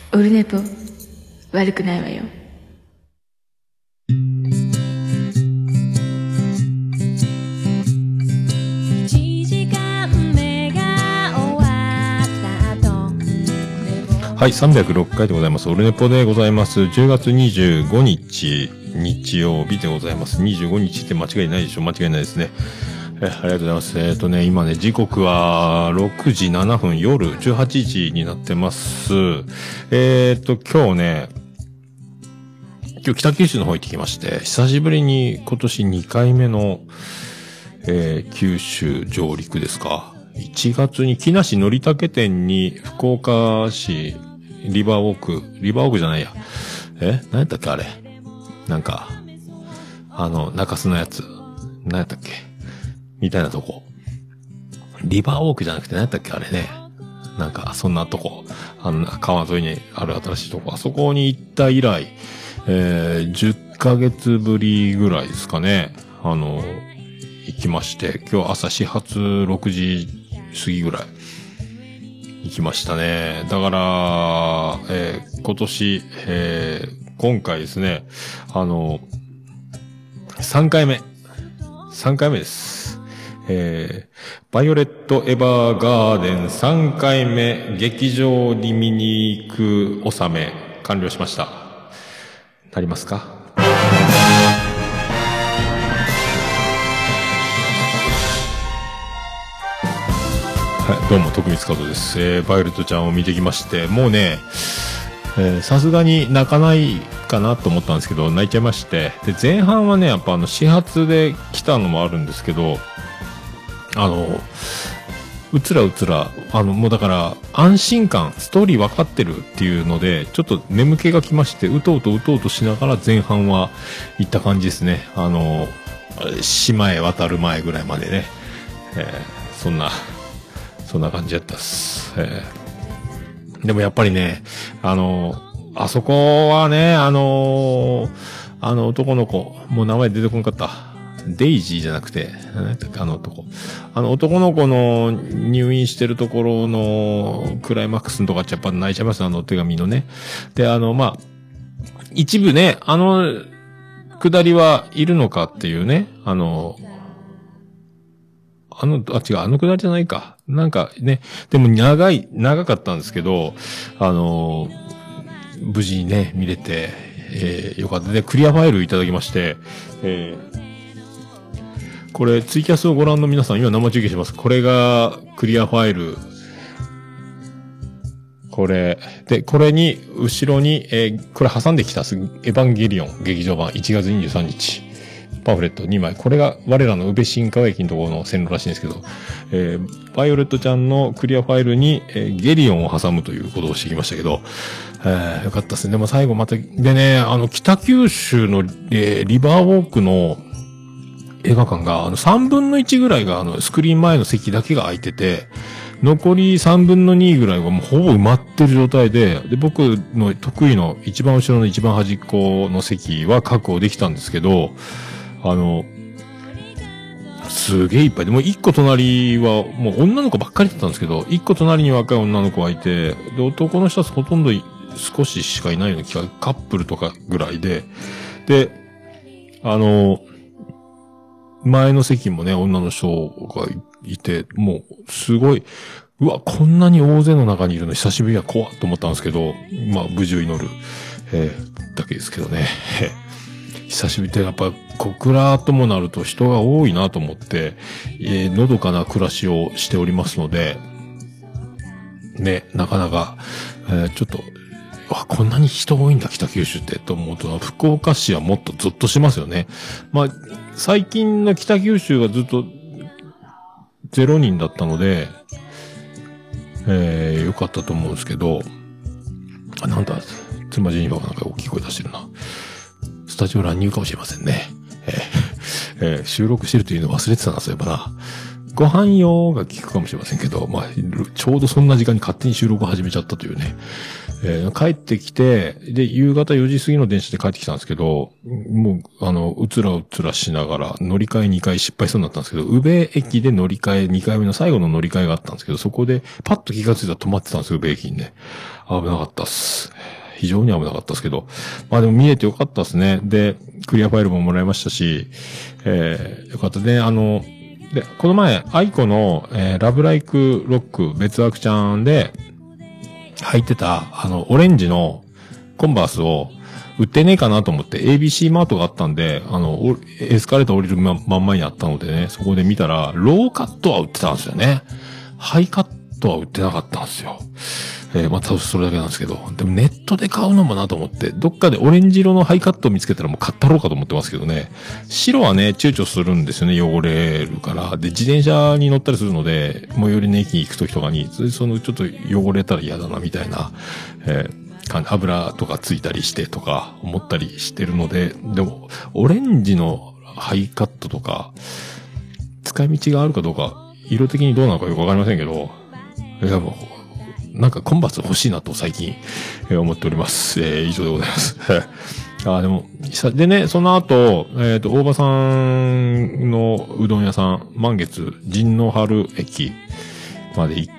オルネポ悪くないわよ。 はい、306回でございます。オルネポでございます。10月25日、日曜日でございます。25日って間違いないでしょ？間違いないですね。ありがとうございます。今ね、時刻は6時7分、夜18時になってます。今日ね、今日北九州の方行ってきまして、久しぶりに今年2回目の、九州上陸ですか。1月に木梨のりたけ店に福岡市リバーウォークじゃないや。何やったっけあれ。なんか、中洲のやつ。何やったっけみたいなとこ。リバーウォークじゃなくて何やったっけあれね。なんか、そんなとこ。川沿いにある新しいとこ。あそこに行った以来、10ヶ月ぶりぐらいですかね。行きまして、今日朝始発6時過ぎぐらい行きましたね。だから、今年、今回ですね、3回目です。バイオレットエヴァーガーデン3回目劇場に見に行く納め完了しました。なりますか？どうも、徳光和夫です。バイオレットちゃんを見てきまして、もうね、さすがに泣かないかなと思ったんですけど、泣いちゃいまして。で、前半はね、やっぱ始発で来たのもあるんですけど、うつら、もうだから、安心感、ストーリー分かってるっていうので、ちょっと眠気が来まして、うとうとしながら前半は行った感じですね。島へ渡る前ぐらいまでね。そんな感じだったっす。でもやっぱりね、あそこはね、男の子、もう名前出てこなかった。デイジーじゃなくて、男の子の入院してるところのクライマックスのとかってやっぱ泣いちゃいます、手紙のね。で、一部ね、下りはいるのかっていうね、違う、下りじゃないか。なんかね、でも長かったんですけど、無事にね、見れて、よかった。で、クリアファイルいただきまして、これ、ツイキャスをご覧の皆さん、今生中継します。これが、クリアファイル。これ。で、これに、後ろに、これ挟んできた、エヴァンゲリオン劇場版1月23日。パンフレット2枚。これが我らの宇部新川駅のところの線路らしいんですけど、バイオレットちゃんのクリアファイルに、ゲリオンを挟むということをしてきましたけど、よかったですね。でも最後また、でね、北九州の、リバーウォークの映画館が、3分の1ぐらいが、スクリーン前の席だけが空いてて、残り3分の2ぐらいがもうほぼ埋まってる状態で、僕の得意の一番後ろの一番端っこの席は確保できたんですけど、すげえいっぱいで、もう一個隣は、もう女の子ばっかりだったんですけど、一個隣に若い女の子がいて、で、男の人はほとんど少ししかいないような気が、カップルとかぐらいで、で、前の席もね、女の人がいて、もう、すごい、うわ、こんなに大勢の中にいるの久しぶりは怖っと思ったんですけど、無事を祈る、だけですけどね。久しぶりで、やっぱ、小倉ともなると人が多いなと思って、のどかな暮らしをしておりますので、ね、なかなか、ちょっと、こんなに人多いんだ、北九州って、と思うと、福岡市はもっとゾッとしますよね。最近の北九州がずっと、0人だったので、よかったと思うんですけど、なんだ、妻ジェニファーがなんか大きい声出してるな。スタジオ乱入かもしれませんね。収録してるというの忘れてたな、そういえばな。 ご飯用が効くかもしれませんけど、まあ、ちょうどそんな時間に勝手に収録を始めちゃったというね。帰ってきて、で、夕方4時過ぎの電車で帰ってきたんですけど、もう、うつらうつらしながら、乗り換え2回失敗そうになったんですけど、宇部駅で乗り換え2回目の最後の乗り換えがあったんですけど、そこでパッと気がついたら止まってたんですよ、宇部駅にね。危なかったっす。非常に危なかったですけど。まあでも見えてよかったですね。で、クリアファイルももらいましたし、よかったね。で、この前、アイコの、ラブライクロック別枠ちゃんで、履いてた、オレンジのコンバースを売ってねえかなと思って、ABC マートがあったんで、エスカレーター降りる真ん前にあったのでね、そこで見たら、ローカットは売ってたんですよね。ハイカットは売ってなかったんですよ。まあ、多分それだけなんですけど。でもネットで買うのもなと思って、どっかでオレンジ色のハイカットを見つけたらもう買ったろうかと思ってますけどね。白はね、躊躇するんですよね、汚れるから。で、自転車に乗ったりするので、最寄りの駅に行くときとかに、ちょっと汚れたら嫌だな、みたいな、油とかついたりしてとか思ったりしてるので、でも、オレンジのハイカットとか、使い道があるかどうか、色的にどうなのかよくわかりませんけど、いやもう、なんかコンバース欲しいなと最近、思っております。以上でございます。でも、でね、その後、大場さんのうどん屋さん、満月、神野春駅まで行って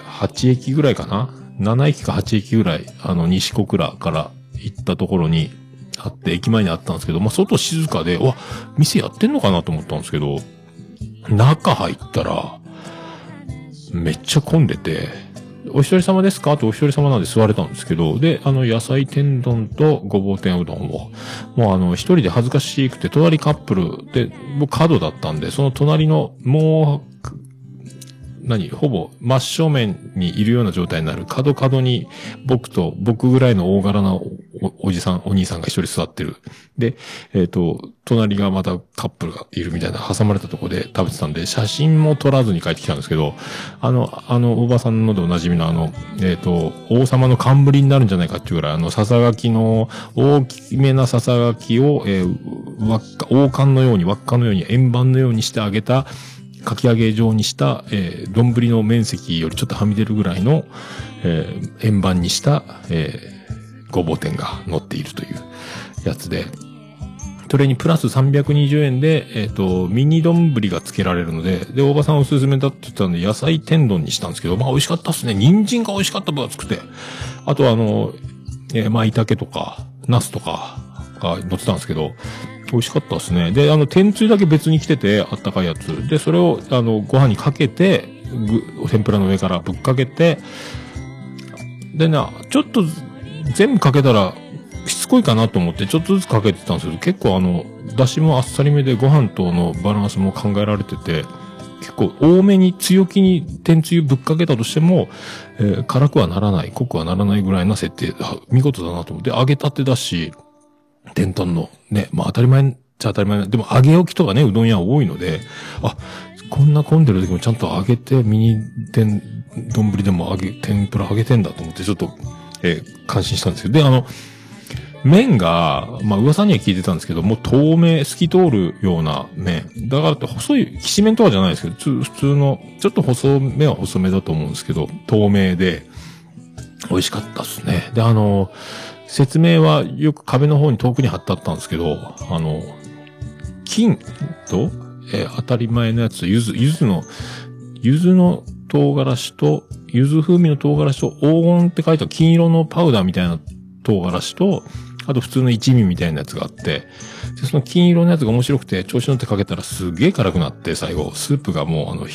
、8駅ぐらいかな ?7 駅か8駅ぐらい、西小倉から行ったところにあって、駅前にあったんですけど、まあ、外静かで、店やってんのかなと思ったんですけど、中入ったら、めっちゃ混んでて、お一人様ですかとお一人様なんで座れたんですけど、で、野菜天丼とごぼう天うどんを、もう一人で恥ずかしくて、隣カップルで、僕角だったんで、その隣の、もう、ほぼ真正面にいるような状態になる角に僕ぐらいの大柄なおじさん、お兄さんが一人座ってる。で、隣がまたカップルがいるみたいな挟まれたとこで食べてたんで、写真も撮らずに帰ってきたんですけど、おばさんのでおなじみの王様の冠になるんじゃないかっていうぐらい、ささがきの、大きめなささがきを、王冠のように、輪っかのように、円盤のようにしてあげた、かき揚げ状にした、丼の面積よりちょっとはみ出るぐらいの、円盤にした、ごぼう天が乗っているというやつで、それにプラス320円で、ミニ丼が付けられるので、で、大場さんおすすめだって言ったので、野菜天丼にしたんですけど、まあ美味しかったっすね。人参が美味しかった分厚くて。あと舞茸とか、ナスとかが乗ってたんですけど、美味しかったですね。で、天つゆだけ別に来てて、あったかいやつ。で、それを、ご飯にかけて、天ぷらの上からぶっかけて、でな、ちょっと、全部かけたら、しつこいかなと思って、ちょっとずつかけてたんですけど、結構出汁もあっさりめで、ご飯とのバランスも考えられてて、結構多めに強気に天つゆぶっかけたとしても、辛くはならない、濃くはならないぐらいな設定、見事だなと思って、揚げたてだし、天丼のね、まあ当たり前っちゃ当たり前でも揚げ置きとかね、うどん屋多いので、こんな混んでる時もちゃんと揚げて、ミニ丼でも天ぷら揚げてんだと思って、ちょっと、感心したんですけど、で、麺が、まあ噂には聞いてたんですけど、もう透明、透き通るような麺。だからって細い、きしめんとかじゃないですけど、普通の、ちょっと細めは細めだと思うんですけど、透明で、美味しかったですね。で、説明はよく壁の方に遠くに貼ってあったんですけど、金と、当たり前のやつ、柚子の唐辛子と、柚子風味の唐辛子と、黄金って書いた金色のパウダーみたいな唐辛子と、あと普通の一味みたいなやつがあって、で、その金色のやつが面白くて、調子乗ってかけたらすげえ辛くなって、最後、スープがもう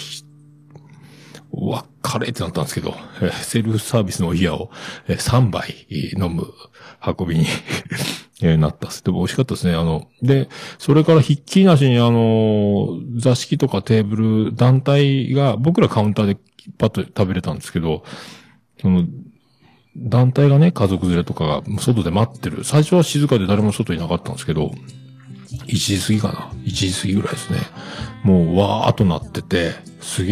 辛いってなったんですけど、セルフサービスのお冷やを3杯飲む運びになったっす。でも美味しかったですね。で、それからひっきりなしに座敷とかテーブル、団体が、僕らカウンターでパッと食べれたんですけど、団体がね、家族連れとかが外で待ってる。最初は静かで誰も外いなかったんですけど、1時過ぎかな ?1 時過ぎぐらいですね。もうわーっとなってて、すげえ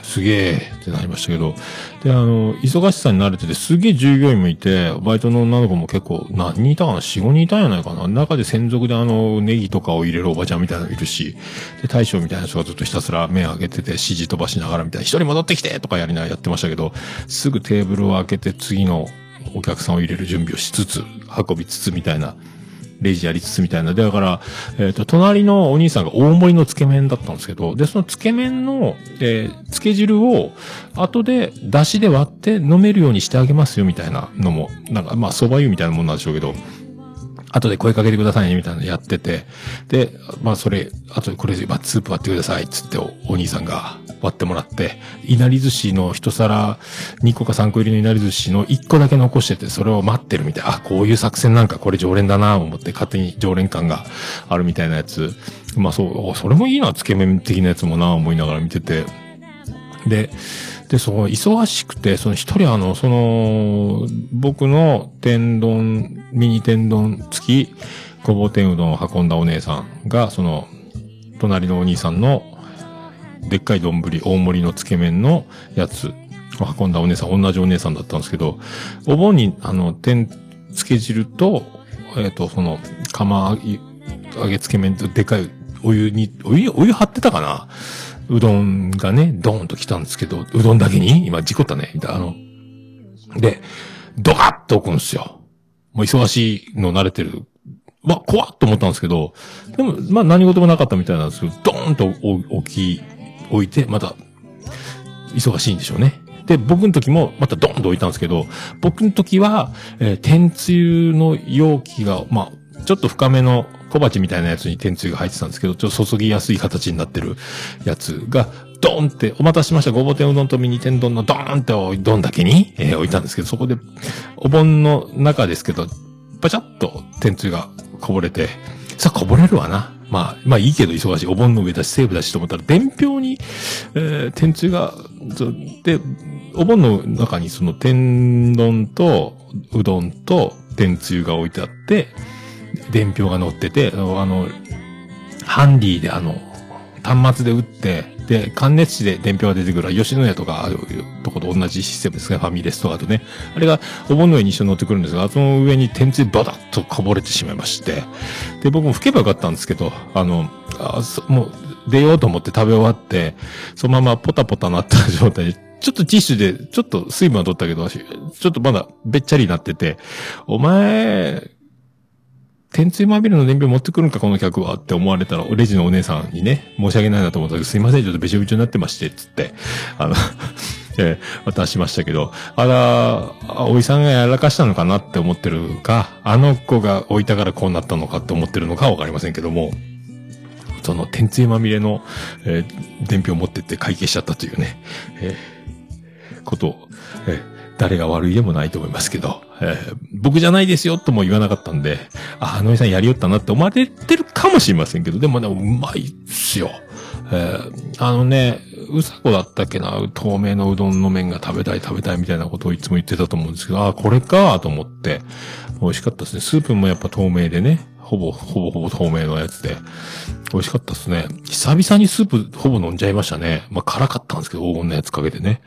すげえってなりましたけど。で、忙しさに慣れてて、すげえ従業員もいて、バイトの女の子も結構、何人いたかな ?4、5人いたんじゃないかな。中で専属でネギとかを入れるおばちゃんみたいなのいるし、で、大将みたいな人がずっとひたすら目を開けてて、指示飛ばしながらみたいな、一人戻ってきてとかやりながらやってましたけど、すぐテーブルを開けて次のお客さんを入れる準備をしつつ、運びつつみたいな、レジやりつつみたいな。だから、隣のお兄さんが大盛りのつけ麺だったんですけど、で、そのつけ麺の、つけ汁を、後で、出汁で割って飲めるようにしてあげますよ、みたいなのも、なんか、まあ、蕎麦湯みたいなもんなんでしょうけど、後で声かけてくださいね、みたいなのやってて、で、まあ、それ、後でこれ、まあ、スープ割ってください、つってお兄さんが割ってもらって、いなり寿司の一皿、2個か3個入りのいなり寿司の1個だけ残してて、それを待ってるみたいな、あ、こういう作戦なんか、これ常連だな、思って、勝手に常連感があるみたいなやつ。まあ、そう、それもいいな、つけ麺的なやつもな、思いながら見てて。で、そう、忙しくて、一人僕の天丼、ミニ天丼付き、ごぼう天うどんを運んだお姉さんが、隣のお兄さんの、でっかい丼、大盛りのつけ麺のやつを運んだお姉さん、同じお姉さんだったんですけど、お盆に、つけ汁と、釜揚げつけ麺とでかいお湯張ってたかな、うどんがね、ドーンと来たんですけど、うどんだけに今事故ったね、みたいな。で、ドカッと置くんですよ。もう忙しいの慣れてる。まあ、怖っと思ったんですけど、でも、まあ何事もなかったみたいなんですけど、ドーンと置いて、また、忙しいんでしょうね。で、僕の時もまたドーンと置いたんですけど、僕の時は、天つゆの容器が、まあ、ちょっと深めの小鉢みたいなやつに天つゆが入ってたんですけど、ちょっと注ぎやすい形になってるやつが、ドーンって、お待たせしました、ごぼう天うどんとミニ天丼のドーンってうどんだけに、置いたんですけど、そこで、お盆の中ですけど、パチャッと天つゆがこぼれて、さあこぼれるわな。まあいいけど忙しい。お盆の上だし、セーブだしと思ったら、伝票に、天つゆが、で、お盆の中に天丼と、うどんと天つゆが置いてあって、伝票が載ってて、ハンディで端末で打って、で、関熱紙で伝票が出てくる吉野家とか、とこと同じシステムですね。ファミレスとかとね。あれが、お盆の上に一緒に乗ってくるんですが、その上に天つゆバタッとこぼれてしまいまして。で、僕も拭けばよかったんですけど、もう、出ようと思って食べ終わって、そのままポタポタなった状態で、ちょっとティッシュで、ちょっと水分は取ったけど、ちょっとまだべっちゃりになってて、お前、天つゆまみれの伝票持ってくるんか、この客はって思われたら、レジのお姉さんにね、申し訳ないなと思ったけど、すいません、ちょっとべちょべちょになってまして、つって、渡しましたけど、おいさんがやらかしたのかなって思ってるか、あの子が置いたからこうなったのかって思ってるのかわかりませんけども、天つゆまみれの、伝票を持ってって会計しちゃったというね、ことを、誰が悪いでもないと思いますけど、僕じゃないですよとも言わなかったんで、井さんやりよったなって思われてるかもしれませんけど、でもね、うまいっすよ。うさこだったっけな、透明のうどんの麺が食べたいみたいなことをいつも言ってたと思うんですけど、これかと思って、美味しかったですね。スープもやっぱ透明でね、ほぼ透明のやつで、美味しかったですね。久々にスープほぼ飲んじゃいましたね。まあ辛かったんですけど、黄金のやつかけてね。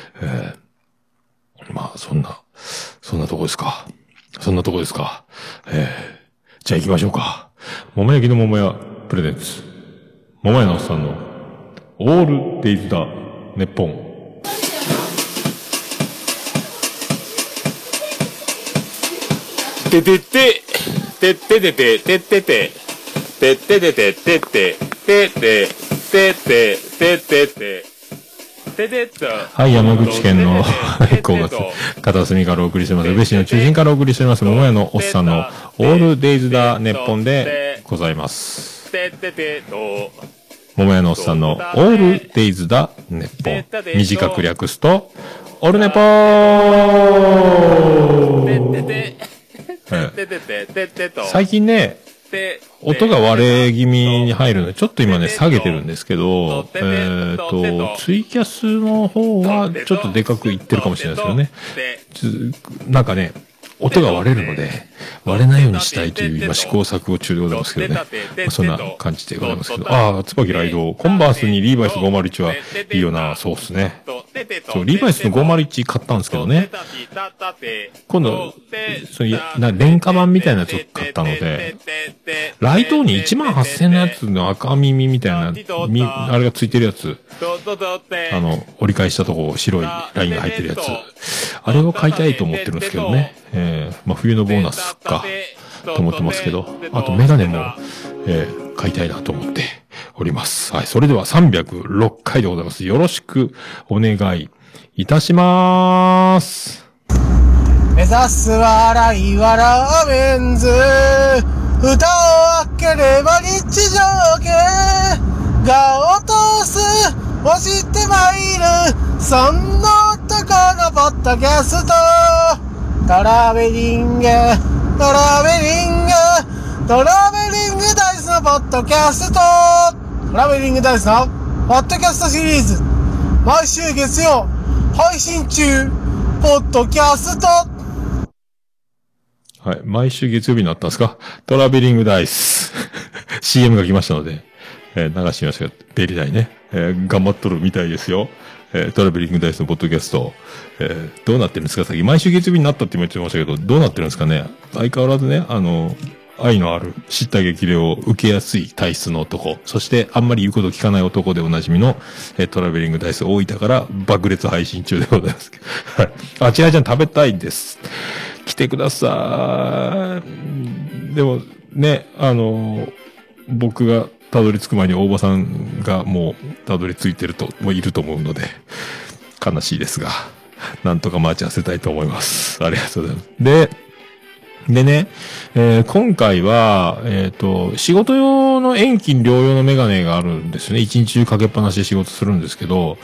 まあ、そんなとこですか。じゃあ行きましょうか。桃焼きの桃屋プレゼンツ。桃屋のおっさんのオールデイズだ、ネッポン。ててて、てっててて、てってて、てっててて、てって、てって、てって、てってて、はい、山口県の高月、片隅からお送りしてます。宇部市の中心からお送りしてます。桃屋のおっさんのオールデイズだネッポンでございます。桃屋のおっさんのオールデイズだネッポン。短く略すと、オルネポー。最近ね、音が割れ気味に入るので、ちょっと今ね、下げてるんですけど、ツイキャスの方は、ちょっとでかくいってるかもしれないですよね。なんかね、 音が割れるので、割れないようにしたいという今試行錯誤中でございますけどね。そんな感じでございますけど。椿ライド。コンバースにリーバイス501はいいよな。そうっすね。そう、リーバイスの501買ったんですけどね。今度、廉価版みたいなやつを買ったので、ライトに18000のやつの赤耳みたいな、あれがついてるやつ。折り返したとこ白いラインが入ってるやつ。あれを買いたいと思ってるんですけどね。冬のボーナスか、と思ってますけど。あとメガネも、買いたいなと思っております。はい。それでは306回でございます。よろしくお願いいたしまーす。 目指す笑いはラーメンズ。蓋を開ければ日常系が落とす。押してまいる。そんな男のポッドキャスト。トラベリングダイスのポッドキャスト。トラベリングダイスのポッドキャストシリーズ。毎週月曜配信中。ポッドキャスト。 はい。毎週月曜日になったんですか？トラベリングダイス。CM が来ましたので、流してみましたが、ベリダイね。頑張っとるみたいですよ。トラベリングダイスのポッドキャスト。どうなってるんですか？さっき毎週月曜日になったって言ってましたけど、どうなってるんですかね？相変わらずね、愛のある叱咤激励を受けやすい体質の男。そしてあんまり言うこと聞かない男でおなじみの、トラベリングダイス大分から爆裂配信中でございます。はい。千愛ちゃん食べたいです。来てください。でもね、僕がたどり着く前に大場さんがもうたどり着いてると、もういると思うので、悲しいですが、なんとか待ち合わせたいと思います。ありがとうございます。でね、今回は、仕事用の遠近両用のメガネがあるんですね。一日中かけっぱなしで仕事するんですけど、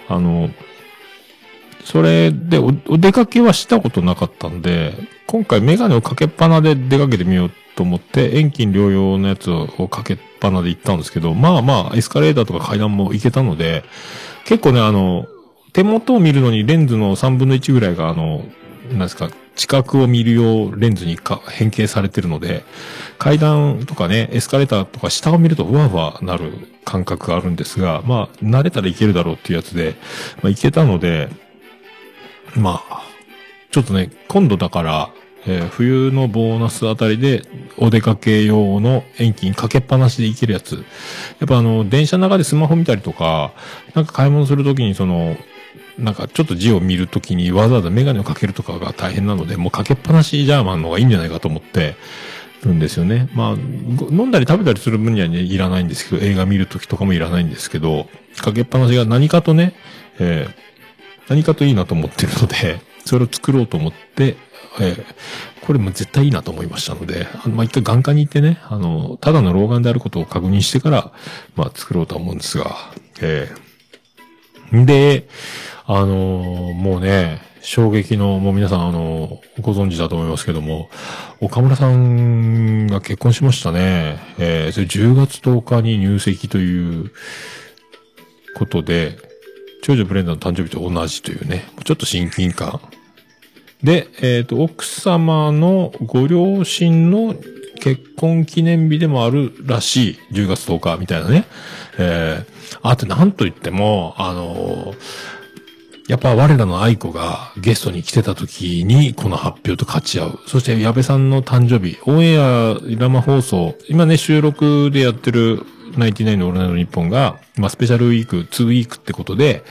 それでお出かけはしたことなかったんで、今回メガネをかけっぱなで出かけてみようと思って、遠近両用のやつをかけっぱなで行ったんですけど、まあ、エスカレーターとか階段も行けたので、結構ね、手元を見るのにレンズの3分の1ぐらいがなんですか、近くを見るようレンズに変形されてるので、階段とかね、エスカレーターとか下を見るとふわふわなる感覚があるんですが、まあ、慣れたらいけるだろうっていうやつで、まあ、いけたので、まあ、ちょっとね、今度だから、冬のボーナスあたりでお出かけ用の遠近かけっぱなしで行けるやつ。やっぱ電車の中でスマホ見たりとか、なんか買い物するときになんかちょっと字を見るときにわざわざメガネをかけるとかが大変なので、もうかけっぱなしジャーマンの方がいいんじゃないかと思ってるんですよね。まあ、飲んだり食べたりする分にはね、いらないんですけど、映画見るときとかもいらないんですけど、かけっぱなしが何かとね、何かといいなと思ってるので、それを作ろうと思って、これも絶対いいなと思いましたので、まあ、一回眼科に行ってね、ただの老眼であることを確認してから、まあ、作ろうとは思うんですが、で、もうね、衝撃の、もう皆さんご存知だと思いますけども、岡村さんが結婚しましたね。それ10月10日に入籍ということで、長女ブレンダーの誕生日と同じというね、ちょっと親近感。で、奥様のご両親の結婚記念日でもあるらしい、10月10日みたいなね。あとなんと言っても、やっぱ我らの愛子がゲストに来てた時にこの発表と勝ち合う。そして矢部さんの誕生日、オンエア生放送、今ね収録でやってるナインティナインのオールナイトニッポンが、まあスペシャルウィーク、2ウィークってことで、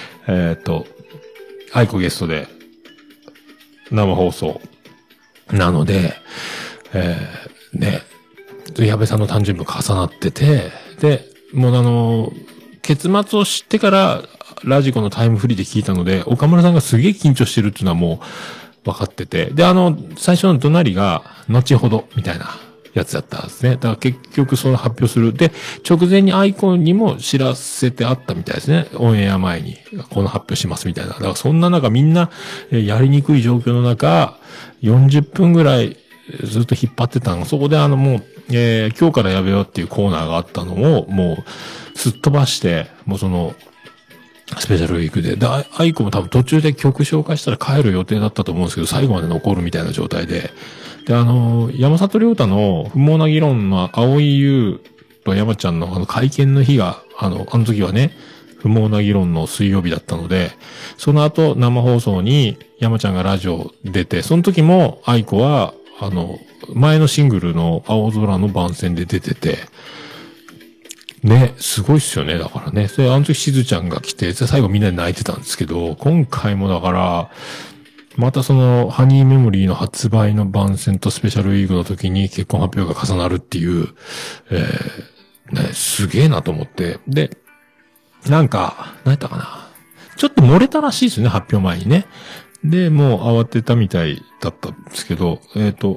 愛子ゲストで生放送なので、ね、矢部さんの誕生日も重なってて、で、もう結末を知ってからラジコのタイムフリーで聞いたので、岡村さんがすげえ緊張してるっていうのはもう分かってて、で、最初の怒鳴りが後ほどみたいなやつだったんですね。だから結局その発表する。で、直前にアイコンにも知らせてあったみたいですね。オンエア前にこの発表しますみたいな。だからそんな中みんなやりにくい状況の中、40分ぐらいずっと引っ張ってたの。そこでもう、今日からやべよっていうコーナーがあったのをもうすっ飛ばして、もうスペシャルウィークで。で、アイコも多分途中で曲紹介したら帰る予定だったと思うんですけど、最後まで残るみたいな状態で。で、山里亮太の不毛な議論の青井優と山ちゃんの会見の日が、あの時はね、不毛な議論の水曜日だったので、その後生放送に山ちゃんがラジオ出て、その時もアイコは、前のシングルの青空の番宣で出てて、ね、すごいっすよね、だからね。それ、あの時しずちゃんが来て、最後みんなで泣いてたんですけど、今回もだから、またその、ハニーメモリーの発売の番宣とスペシャルウィークの時に結婚発表が重なるっていう、ね、すげえなと思って。で、なんか、何やったかな。ちょっと漏れたらしいですね、発表前にね。で、もう慌てたみたいだったんですけど、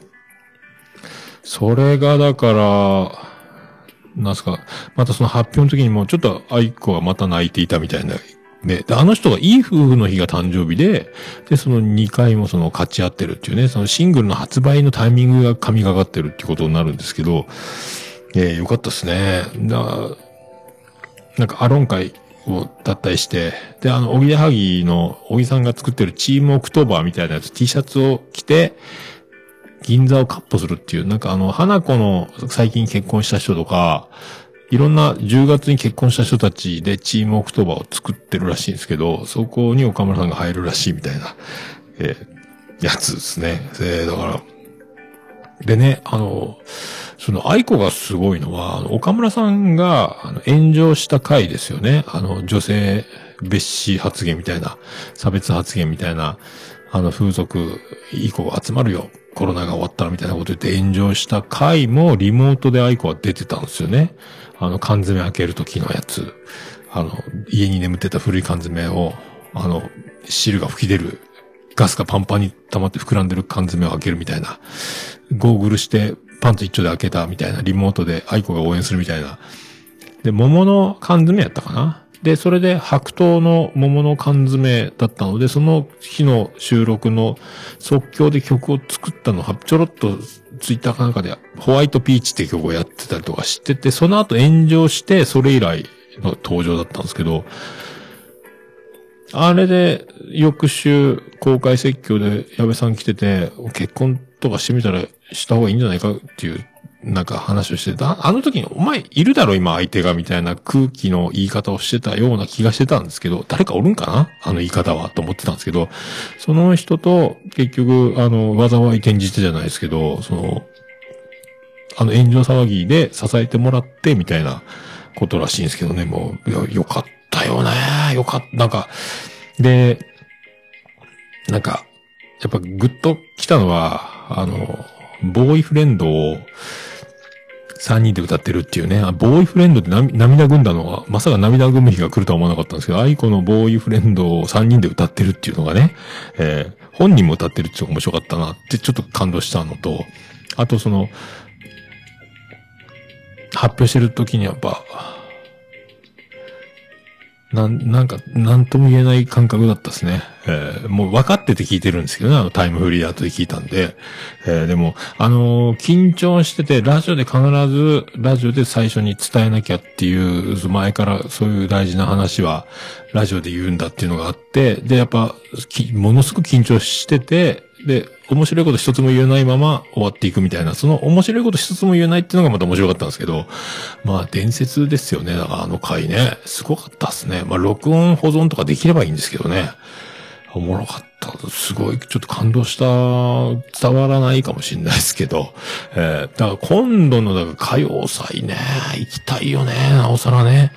それがだから、なんすか、またその発表の時にもちょっと愛子がまた泣いていたみたいな。で、あの人がいい夫婦の日が誕生日で、で、その2回もその勝ち合ってるっていうね、そのシングルの発売のタイミングが神がかってるっていうことになるんですけど、よかったですね。なんかアロン会を脱退して、で、おぎやはぎの、小木さんが作ってるチームオクトーバーみたいなやつ、T シャツを着て、銀座をカッ歩するっていう、なんか花子の最近結婚した人とか、いろんな10月に結婚した人たちでチームオクトーバーを作ってるらしいんですけど、そこに岡村さんが入るらしいみたいな、やつですね。だから、でね、その愛子がすごいのは、岡村さんが炎上した回ですよね。女性蔑視発言みたいな、差別発言みたいな、風俗以降集まるよ。コロナが終わったらみたいなこと言って炎上した回もリモートで愛子は出てたんですよね。缶詰開ける時のやつ。家に眠ってた古い缶詰を、汁が吹き出る。ガスがパンパンに溜まって膨らんでる缶詰を開けるみたいな。ゴーグルしてパンツ一丁で開けたみたいな。リモートで愛子が応援するみたいな。で、桃の缶詰やったかな。で、それで白桃の桃の缶詰だったので、その日の収録の即興で曲を作ったのは、ちょろっとツイッターかなんかでホワイトピーチって曲をやってたりとかしてて、その後炎上して、それ以来の登場だったんですけど、あれで翌週公開説教で矢部さん来てて、結婚とかしてみたらした方がいいんじゃないかっていう、なんか話をしてた。あの時にお前いるだろ今相手がみたいな空気の言い方をしてたような気がしてたんですけど、誰かおるんかなあの言い方はと思ってたんですけど、その人と結局災い転じてじゃないですけど、炎上騒ぎで支えてもらってみたいなことらしいんですけどね、もう、よかったよね。よかった。なんか、で、なんか、やっぱグッと来たのは、ボーイフレンドを3人で歌ってるっていうね。ボーイフレンドって涙ぐんだのは、まさか涙ぐむ日が来るとは思わなかったんですけど、愛子のボーイフレンドを3人で歌ってるっていうのがね、本人も歌ってるっていうのが面白かったなってちょっと感動したのと、あと発表してる時にやっぱ、なんか、なんとも言えない感覚だったですね。もう分かってて聞いてるんですけどね、タイムフリー後で聞いたんで。でも、緊張してて、ラジオで最初に伝えなきゃっていう、前からそういう大事な話は、ラジオで言うんだっていうのがあって、で、やっぱ、ものすごく緊張してて、で、面白いこと一つも言えないまま終わっていくみたいな、その面白いこと一つも言えないっていうのがまた面白かったんですけど、まあ伝説ですよね。だから回ね、すごかったっすね。まあ録音保存とかできればいいんですけどね。おもろかった。すごい、ちょっと感動した、伝わらないかもしれないですけど、だから今度の、歌謡祭ね、行きたいよね、なおさらね。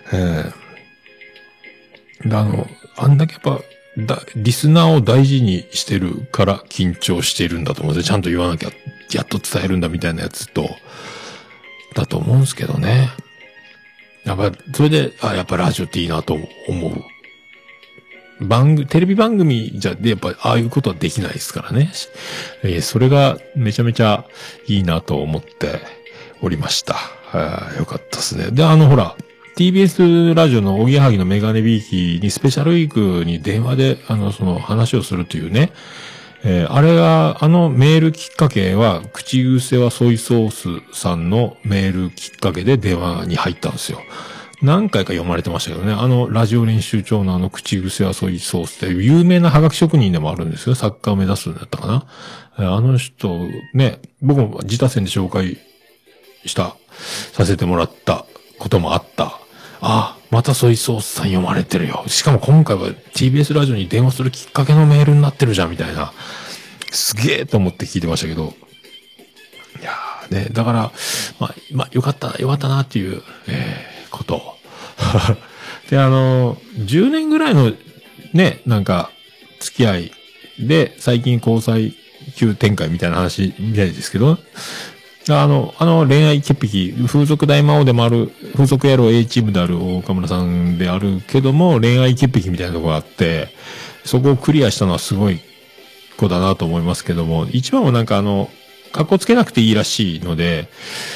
あんだけやっぱ、リスナーを大事にしてるから緊張しているんだと思うんですよ。ちゃんと言わなきゃ、やっと伝えるんだみたいなやつだと思うんですけどね。やっぱ、それで、やっぱラジオっていいなと思う。テレビ番組でやっぱ、ああいうことはできないですからね。それがめちゃめちゃいいなと思っておりました。よかったですね。で、ほら、TBS ラジオのおぎやはぎのメガネビーキにスペシャルウィークに電話で、話をするというね。あれが、メールきっかけは、口癖はソイソースさんのメールきっかけで電話に入ったんですよ。 何回か読まれてましたけどね。ラジオ練習長の口癖はソイソースって有名なハガキ職人でもあるんですよ。作家を目指すんだったかな。人、ね、僕も自他戦で紹介させてもらったこともあった。またソイソースさん読まれてるよ。しかも今回は TBS ラジオに電話するきっかけのメールになってるじゃん、みたいな。すげえと思って聞いてましたけど。いやーね、だから、よかったなっていう、こと。で、10年ぐらいのね、なんか、付き合いで、最近交際急展開みたいな話みたいですけど、恋愛潔癖、風俗大魔王でもある、風俗野郎 A チームである岡村さんであるけども、恋愛潔癖みたいなところがあって、そこをクリアしたのはすごい子だなと思いますけども、一番はなんか格好つけなくていいらしいので、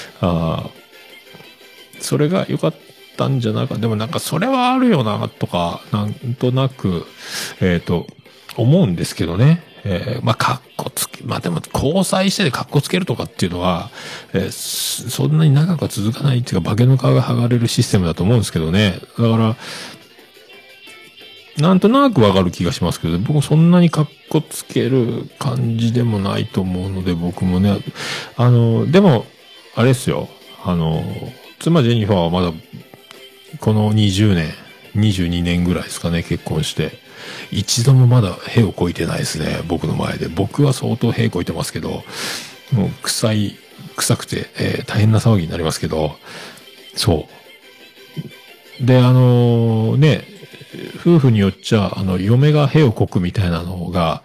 それが良かったんじゃないか。でもなんかそれはあるよな、とか、なんとなく、思うんですけどね。格好つけ、でも交際してで格好つけるとかっていうのは、そんなに長くは続かないっていうか、化けの皮が剥がれるシステムだと思うんですけどね。だから、なんとなくわかる気がしますけど、僕もそんなに格好つける感じでもないと思うので、僕もね、でも、あれですよ。妻ジェニファーはまだ、この20年、22年ぐらいですかね、結婚して。一度もまだ屁をこいてないですね、僕の前で。僕は相当屁こいてますけど、もう臭くて、大変な騒ぎになりますけど、そう。で、ね、夫婦によっちゃ、嫁が屁をこくみたいなのが、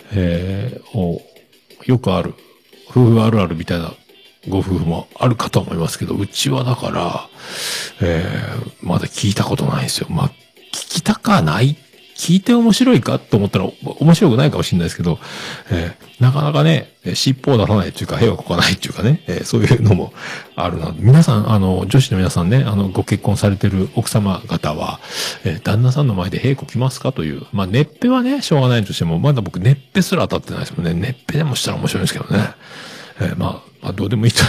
よくある、夫婦あるあるみたいなご夫婦もあるかと思いますけど、うちはだから、まだ聞いたことないんですよ。聞きたかない聞いて面白いかと思ったら面白くないかもしれないですけど、なかなかね、尻尾を出さないっていうか、屁をこかないっていうかね、そういうのもあるな。皆さん、女子の皆さんね、ご結婚されてる奥様方は、旦那さんの前で屁こきますかという。ねっぺはね、しょうがないとしても、まだ僕、ねっぺすら当たってないですもんね。ねっぺでもしたら面白いんですけどね。どうでもいいと。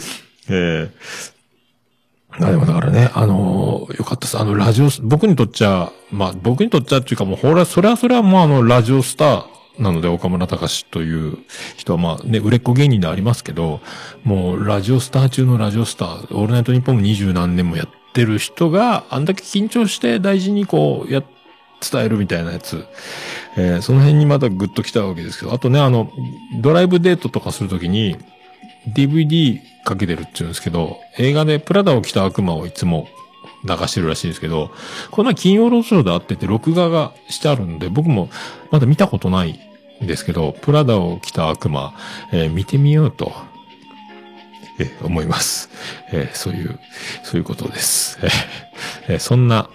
でもだからね、よかったです。ラジオ、僕にとっちゃっていうかもう、それはもうラジオスターなので、岡村隆史という人は売れっ子芸人でありますけど、もうラジオスター中のラジオスター、オールナイトニッポンも20何年もやってる人が、あんだけ緊張して大事に伝えるみたいなやつ、その辺にまたグッと来たわけですけど、あとね、ドライブデートとかするときに、DVD かけてるって言うんですけど、映画でプラダを着た悪魔をいつも流してるらしいんですけど、こんな金曜ロードショーであってて録画がしてあるんで、僕もまだ見たことないんですけど、プラダを着た悪魔、見てみようと、思います。そういうことです。そんな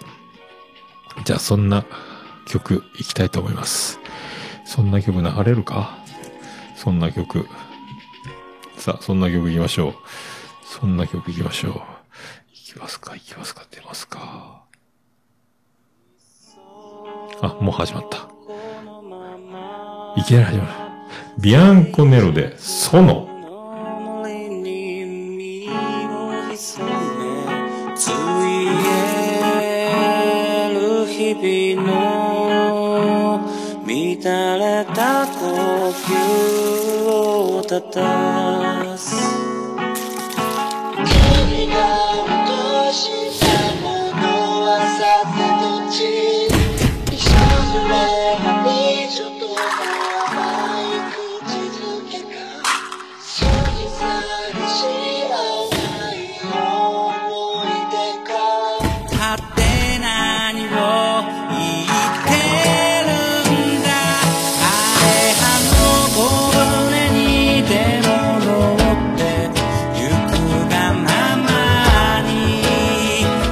曲いきたいと思います。そんな曲流れるか？そんな曲。さあ、そんな曲行きましょう。行きますか、出ますか。もう始まった。いきなり始まる。ビアンコネロで、ソノ。ついえる日々の乱れた呼吸をたたす君が落としたものはさてどっち一緒ずれが水と甘い口づけか過ぎ去る知らない思い出かはて何を言ってるんだ枯葉の小舟にでも乗ってゆくがままに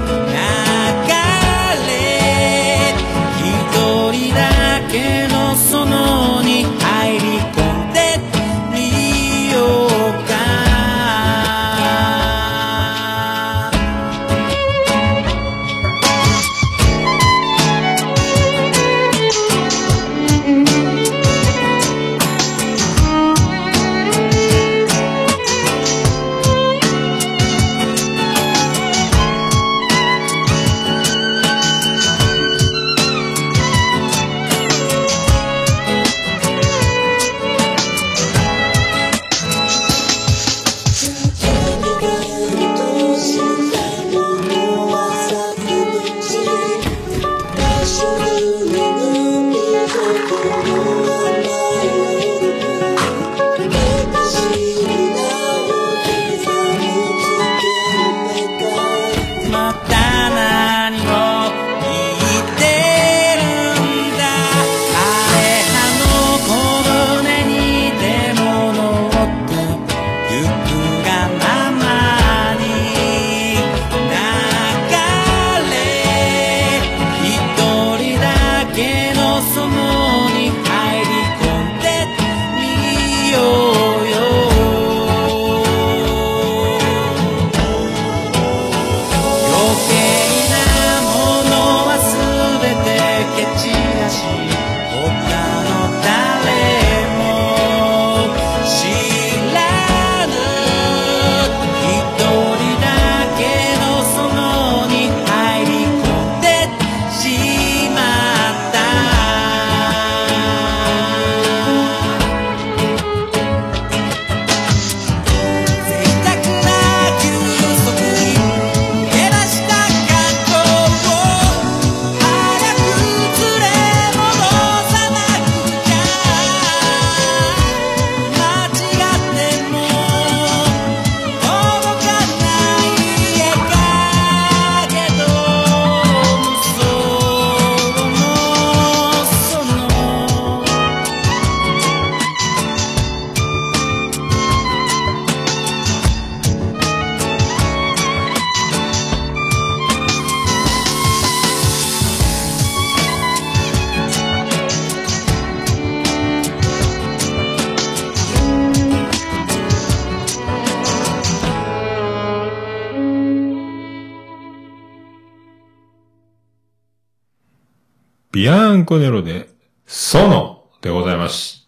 ビアンコネロで、ソノでございました。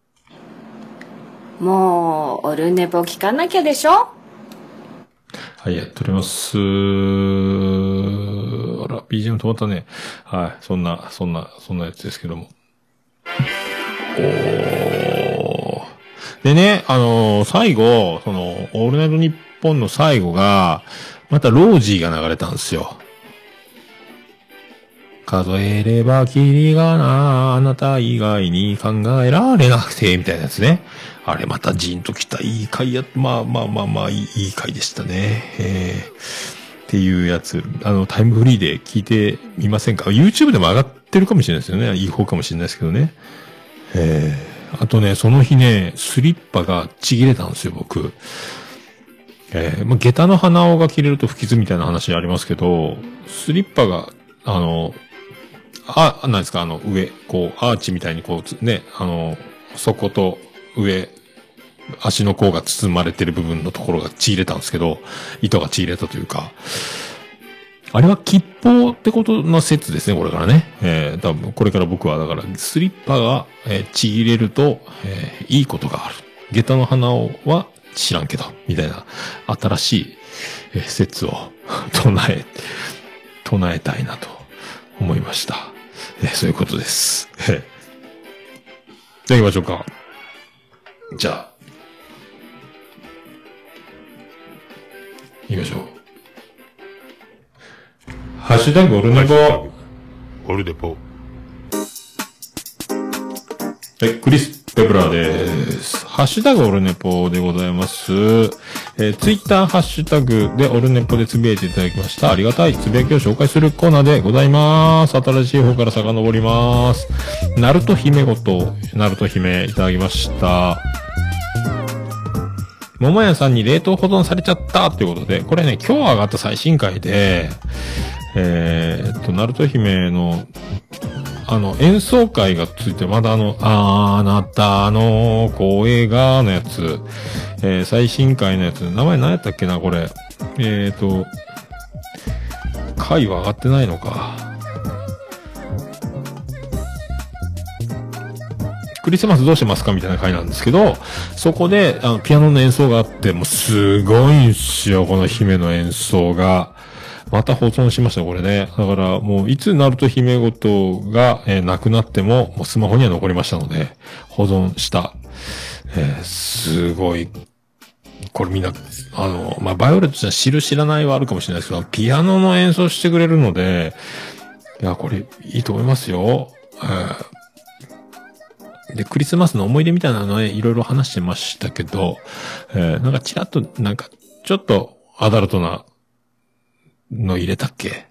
もう、オルネポ聞かなきゃでしょ？ はい、やっております。あら、BGM 止まったね。はい、そんなやつですけども。でね、最後、オールナイトニッポンの最後が、またロージーが流れたんですよ。数えればキリがな、あなた以外に考えられなくて、みたいなやつね。あれまたジーンときたいい回や、まあ、いい回でしたね。っていうやつ、タイムフリーで聞いてみませんか？ YouTube でも上がってるかもしれないですよね。いい方かもしれないですけどね。あとね、その日ね、スリッパがちぎれたんですよ、僕。下駄の鼻緒が切れると不傷みたいな話ありますけど、スリッパが、なんですか、上、こう、アーチみたいにこう、ね、底と上、足の甲が包まれてる部分のところがちぎれたんですけど、糸がちぎれたというか、あれは吉報ってことの説ですね、これからね。多分、これから僕は、だから、スリッパが、ちぎれると、いいことがある。下駄の鼻緒は知らんけど、みたいな、新しい、説を唱えたいなと思いました。そういうことです。じゃあ行きましょうか。じゃあ、行きましょう。ハッシュタグオルネポ。オルネポ。はい、クリス・ペプラーです。ハッシュタグオルネポでございます。ツイッターハッシュタグでオルネポでつぶやいていただきました。ありがたいつぶやきを紹介するコーナーでございます。新しい方から遡ります。ナルト姫ごと、ナルト姫いただきました。桃屋さんに冷凍保存されちゃったということで、これね、今日上がった最新回で、ナルト姫の、演奏会がついて、まだあなたの声がのやつ、最新回のやつ、名前何やったっけな、これ。回は上がってないのか。クリスマスどうしてますかみたいな回なんですけど、そこで、ピアノの演奏があって、もうすごいんすよ、この姫の演奏が。また保存しました、これね。だから、もう、いつナルト姫ごとが、なくなっても、もうスマホには残りましたので、保存した。すごい。これみんな、バイオレットじゃ知らないはあるかもしれないですけど、ピアノの演奏してくれるので、いや、これ、いいと思いますよ。で、クリスマスの思い出みたいなのね、いろいろ話してましたけど、なんかちらっと、なんか、ちょっとアダルトなの入れたっけ？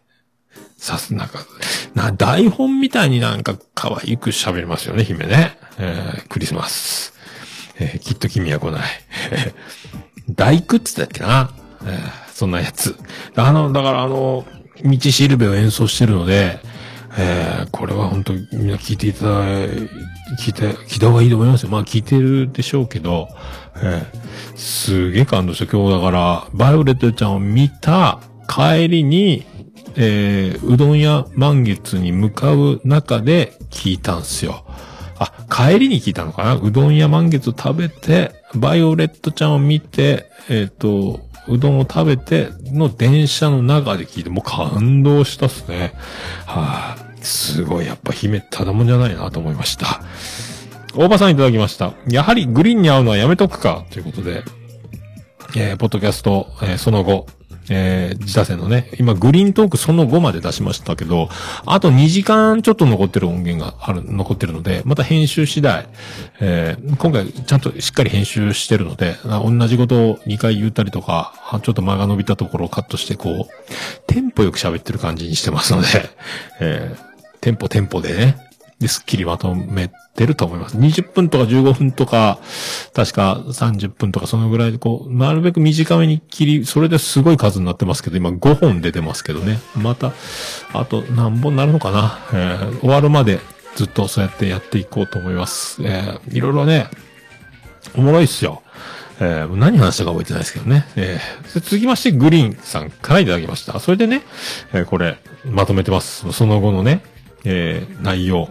台本みたいになんか可愛く喋りますよね、姫ね。クリスマス。きっと君は来ない。大工って言ったっけな。そんなやつ。だから道しるべを演奏してるので、これは本当みんな聞いた方がいいと思いますよ。まあ聞いてるでしょうけど、すげえ感動した。今日だから、バイオレットちゃんを見た帰りに、うどん屋満月に向かう中で聞いたんすよ。帰りに聞いたのかな？うどん屋満月を食べて、バイオレットちゃんを見て、うどんを食べての電車の中で聞いて、もう感動したっすね。すごい、やっぱ姫ただもんじゃないなと思いました。大場さんいただきました。やはりグリーンに会うのはやめとくか、ということで、ポッドキャスト、その後、自他戦のね、今グリーントークその後まで出しましたけど、あと2時間ちょっと残ってる音源が残ってるので、また編集次第、今回ちゃんとしっかり編集してるので、同じことを2回言ったりとか、ちょっと間が伸びたところをカットして、こう、テンポよく喋ってる感じにしてますので、テンポでね、で、スッキリまとめてると思います。20分とか15分とか、確か30分とかそのぐらいでこう、なるべく短めにそれですごい数になってますけど、今5本出てますけどね。また、あと何本になるのかな。終わるまでずっとそうやってやっていこうと思います。いろいろね、おもろいっすよ。何話したか覚えてないですけどね。続きまして、グリーンさんからいただきました。それでね、これ、まとめてます。その後のね、 内容。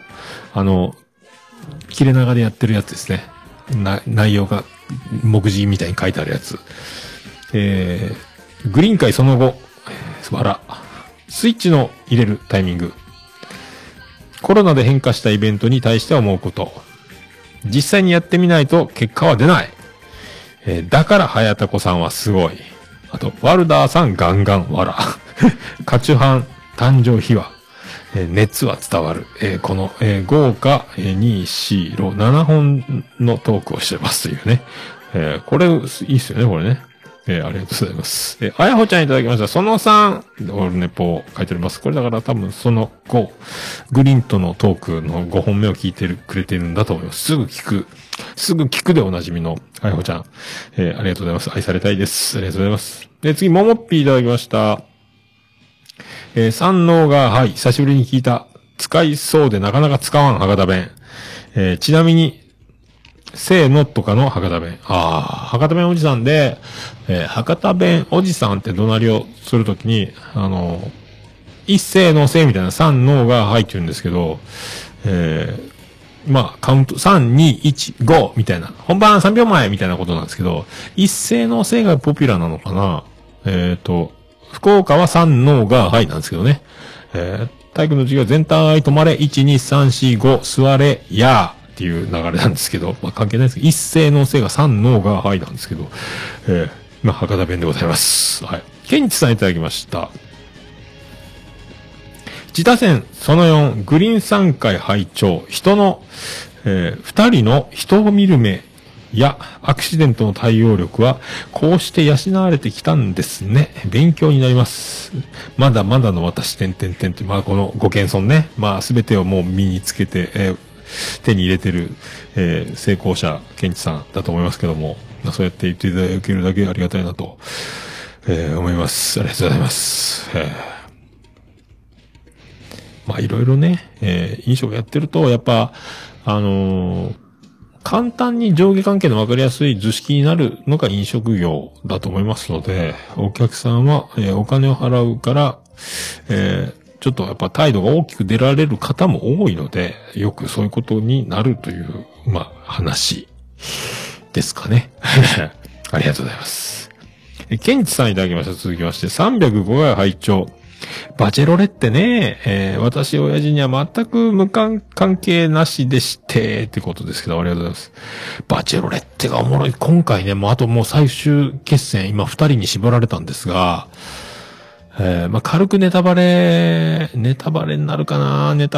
切れ長でやってるやつですね。内容が、目次みたいに書いてあるやつ。グリーン会その後、スイッチの入れるタイミング。コロナで変化したイベントに対して思うこと。実際にやってみないと結果は出ない。だから早田子さんはすごい。あと、ワルダーさんガンガンわら。カチュハン誕生秘話。熱は伝わる。この、豪華、2、4、6、7本のトークをしてますというね。これ、いいっすよね、これね。ありがとうございます。あやほちゃんいただきました。その3、オルネポを書いております。これだから多分その5、グリントのトークの5本目を聞いてくれてるんだと思います。すぐ聞くでおなじみのあやほちゃん。ありがとうございます。愛されたいです。ありがとうございます。で、次、ももっぴーいただきました。三能が、はい、久しぶりに聞いた。使いそうでなかなか使わん博多弁。ちなみに、せーのとかの博多弁。博多弁おじさんで、博多弁おじさんって怒鳴りをするときに、一斉のせいみたいな三能が入ってるんですけど、まあ、カウント、3、2、1、5みたいな。本番3秒前みたいなことなんですけど、一斉のせいがポピュラーなのかな。福岡は3のが、はい、なんですけどね。体育の授業全体止まれ、1、2、3、4、5、座れ、やーっていう流れなんですけど、まあ関係ないですけど、一斉のせいが3のが、はい、なんですけど、まあ博多弁でございます。はい。ケンチさんいただきました。自他線その4、グリーン3回拝聴、人の、2人の人を見る目、や、アクシデントの対応力は、こうして養われてきたんですね。勉強になります。まだまだの私、って、まあ、このご謙遜ね。まあ、すべてをもう身につけて、手に入れてる、成功者、ケンチさんだと思いますけども、まあ、そうやって言っていただけるだけありがたいなと、思います。ありがとうございます。まあ、いろいろね、飲食やってると、やっぱ、簡単に上下関係の分かりやすい図式になるのが飲食業だと思いますので、お客さんは、お金を払うから、ちょっとやっぱ態度が大きく出られる方も多いので、よくそういうことになるという、まあ、話ですかね。ありがとうございます。ケンチさんいただきました。続きまして、305回拝聴。バチェロレってね、私親父には全く関係なしでして、ってことですけど、ありがとうございます。バチェロレってがおもろい。今回ね、あともう最終決戦、今2人に絞られたんですが、まあ、軽くネタバレになるかな、バチ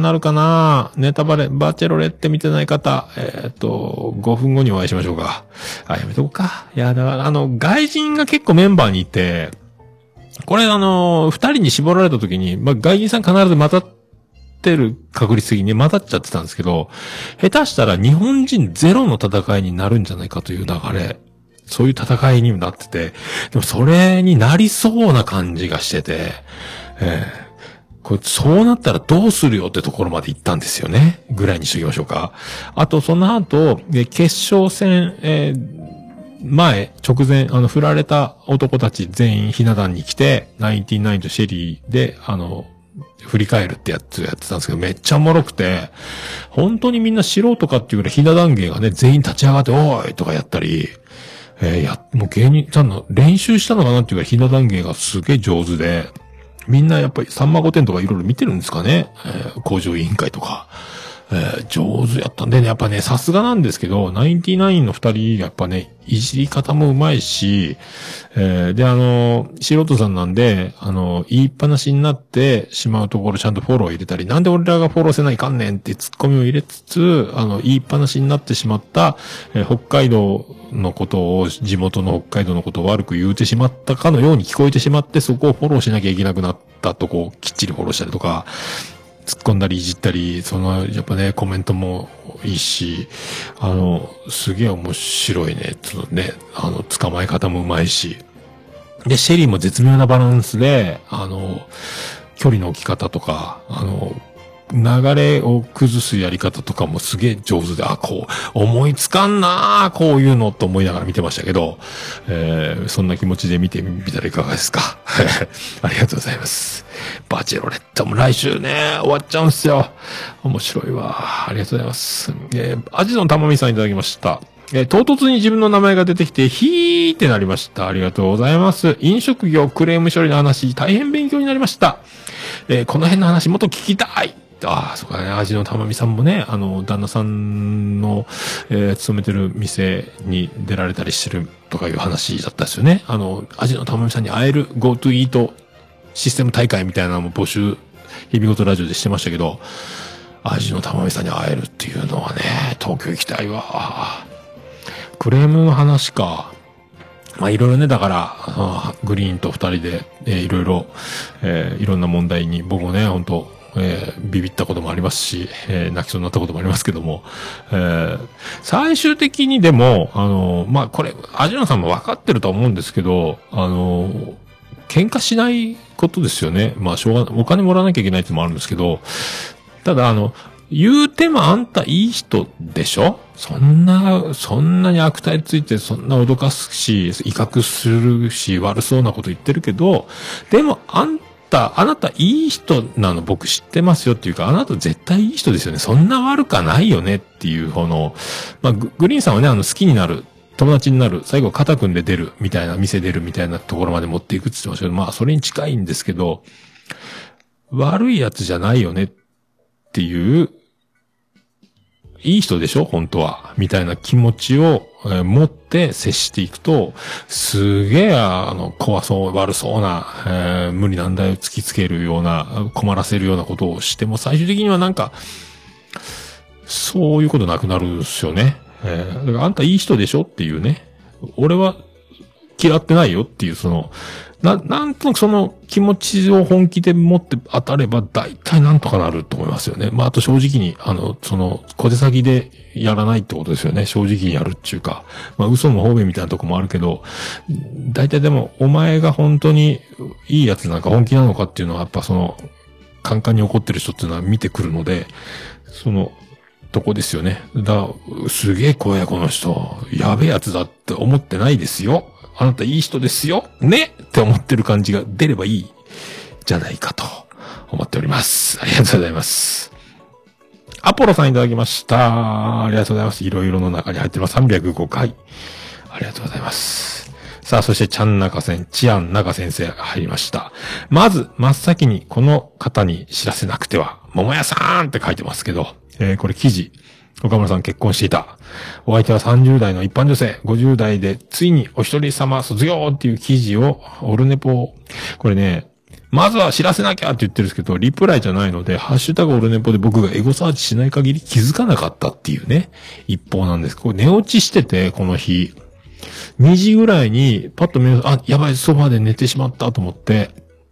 ェロレって見てない方、5分後にお会いしましょうか。やめとこうか。いや、だから外人が結構メンバーにいて、これ二人に絞られた時に、まあ、外人さん必ず混ざってる確率的に混ざっちゃってたんですけど、下手したら日本人ゼロの戦いになるんじゃないかという流れ、そういう戦いになってて、でもそれになりそうな感じがしてて、これそうなったらどうするよってところまで行ったんですよね。ぐらいにしときましょうか。あと、その後、決勝戦、直前、振られた男たち全員ひな壇に来て、ナインティナインとシェリーで、振り返るってやつやってたんですけど、めっちゃおもろくて、本当にみんな素人かっていうぐらいひな壇芸がね、全員立ち上がって、おーいとかやったり、もう芸人さんの練習したのかなっていうか、ひな壇芸がすげえ上手で、みんなやっぱりさんま御殿とかいろいろ見てるんですかね、工場委員会とか。上手やったんでね、やっぱね、さすがなんですけど、ナインティナインの二人、やっぱね、いじり方もうまいし、で、素人さんなんで、言いっぱなしになってしまうところちゃんとフォロー入れたり、なんで俺らがフォローせないかんねんってツッコミを入れつつ、言いっぱなしになってしまった、北海道のことを、地元の北海道のことを悪く言うてしまったかのように聞こえてしまって、そこをフォローしなきゃいけなくなったとこをきっちりフォローしたりとか、突っ込んだりいじったり、やっぱね、コメントもいいし、すげえ面白いね、捕まえ方もうまいし。で、シェリーも絶妙なバランスで、距離の置き方とか、 流れを崩すやり方とかもすげえ上手で、こう、思いつかんなー、こういうのと思いながら見てましたけど、そんな気持ちで見てみたらいかがですか。ありがとうございます。バチェロレットも来週ね、終わっちゃうんすよ。面白いわ。ありがとうございます。アジのたまみさんいただきました。唐突に自分の名前が出てきて、ヒーってなりました。ありがとうございます。飲食業クレーム処理の話、大変勉強になりました。この辺の話もっと聞きたい。そうかね。アジのたまみさんもね、旦那さんの、勤めてる店に出られたりしてるとかいう話だったですよね。アジのたまみさんに会える GoTo Eat システム大会みたいなのも募集、日々ごとラジオでしてましたけど、アジのたまみさんに会えるっていうのはね、東京行きたいわ。クレームの話か。まあ、いろいろね、だから、グリーンと二人で、いろいろ、いろんな問題に僕もね、本当ビビったこともありますし、泣きそうになったこともありますけども、最終的にでも、まあ、これ、アジノさんも分かってると思うんですけど、喧嘩しないことですよね。まあ、お金もらわなきゃいけないってのもあるんですけど、ただ言うてもあんたいい人でしょ？そんなに悪態ついて、そんな脅かすし、威嚇するし、悪そうなこと言ってるけど、でもあなたいい人なの僕知ってますよっていうか、あなた絶対いい人ですよね。そんな悪かないよねっていう、まあ、グリーンさんはね、好きになる、友達になる、最後肩組んで出るみたいな、店出るみたいなところまで持っていくって言ってましたけど、まあ、それに近いんですけど、悪いやつじゃないよねっていう、いい人でしょ本当は。みたいな気持ちを、持って接していくと、すげえ、怖そう、悪そうな、無理難題を突きつけるような、困らせるようなことをしても、最終的にはなんか、そういうことなくなるんですよね。だからあんたいい人でしょっていうね。俺は嫌ってないよっていう、なんとなくその気持ちを本気で持って当たれば大体なんとかなると思いますよね。まあ、あと正直に、小手先でやらないってことですよね。正直にやるっていうか。まあ、嘘の方便みたいなとこもあるけど、大体でも、お前が本当にいいやつなんか本気なのかっていうのは、やっぱカンカンに怒ってる人っていうのは見てくるので、とこですよね。すげえ怖いこの人。やべえやつだって思ってないですよ。あなたいい人ですよねって思ってる感じが出ればいいじゃないかと思っております。ありがとうございます。アポロさんいただきました。ありがとうございます。いろいろの中に入ってます。305回。ありがとうございます。さあ、そしてチアン中先生が入りました。まず、真っ先にこの方に知らせなくては、桃屋さんって書いてますけど、これ記事。岡村さん結婚していた。お相手は30代の一般女性、50代でついにお一人様卒業っていう記事を、オルネポ、これね、まずは知らせなきゃって言ってるんですけど、リプライじゃないので、ハッシュタグオルネポで僕がエゴサーチしない限り気づかなかったっていうね、一方なんです。これ寝落ちしてて、この日。2時ぐらいに、パッとやばい、ソファーで寝てしまったと思って、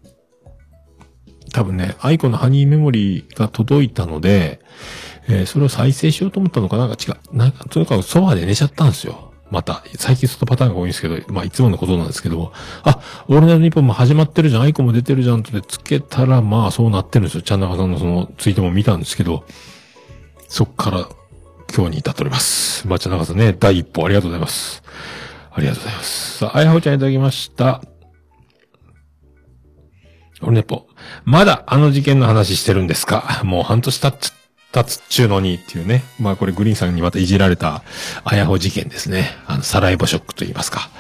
多分ね、アイコのハニーメモリーが届いたので、それを再生しようと思ったのかなんか違う。とにかくソファーで寝ちゃったんですよ。また、最近そのパターンが多いんですけど、まあいつものことなんですけども、オールナイトニッポンも始まってるじゃん、アイコも出てるじゃんってつけたら、まあそうなってるんですよ。ちゃんなかさんのツイートも見たんですけど、そっから今日に至っております。まあちゃんなかさんね、第一歩ありがとうございます。ありがとうございます。さあ、あやほちゃんいただきました。オルネポ。まだあの事件の話してるんですか？もう半年経つっちゅうのにっていうね。まあこれグリーンさんにまたいじられたあやほ事件ですね。サライボショックと言いますか。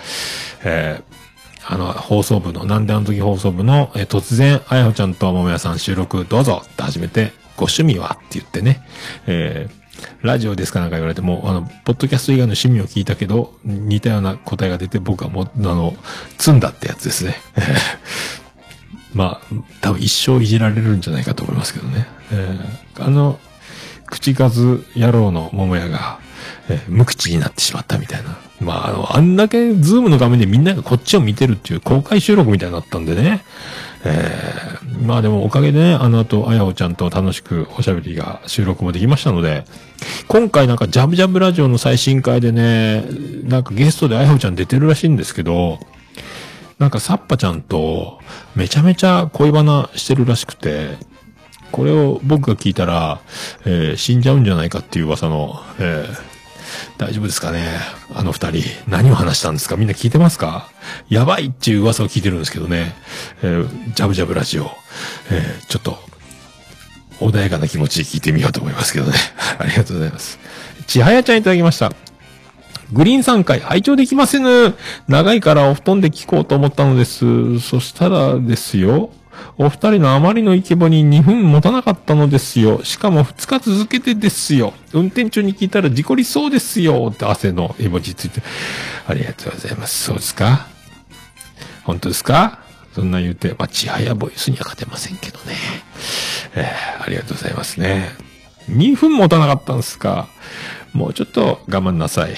放送部の、なんであの時放送部の、突然、あやほちゃんと桃屋さん収録どうぞって始めて、ご趣味はって言ってね。ラジオですかなんか言われても、ポッドキャスト以外の趣味を聞いたけど、似たような答えが出て僕はもう、積んだってやつですね。まあ、多分一生いじられるんじゃないかと思いますけどね。口数野郎の桃屋が、無口になってしまったみたいな。まあ、あんだけズームの画面でみんながこっちを見てるっていう公開収録みたいになったんでね。まあでもおかげでね、後、あやほちゃんと楽しくおしゃべりが収録もできましたので、今回なんかジャブジャブラジオの最新回でね、なんかゲストであやほちゃん出てるらしいんですけど、なんかサッパちゃんとめちゃめちゃ恋バナしてるらしくて、 これを僕が聞いたら、死んじゃうんじゃないかっていう噂の、大丈夫ですかね、あの二人。何を話したんですか？みんな聞いてますか？やばいっていう噂を聞いてるんですけどね。ジャブジャブラジオ。ちょっと、穏やかな気持ちで聞いてみようと思いますけどね。ありがとうございます。ちはやちゃんいただきました。グリーン3回、拝聴できませぬ。長いからお布団で聞こうと思ったのです。そしたらですよ。お二人のあまりのイケボに2分持たなかったのですよ。しかも2日続けてですよ。運転中に聞いたら事故りそうですよ。って汗の絵文字ついて。ありがとうございます。そうですか？本当ですか？そんな言うて、ちはやボイスには勝てませんけどね。ありがとうございますね。2分持たなかったんですか？もうちょっと我慢なさい。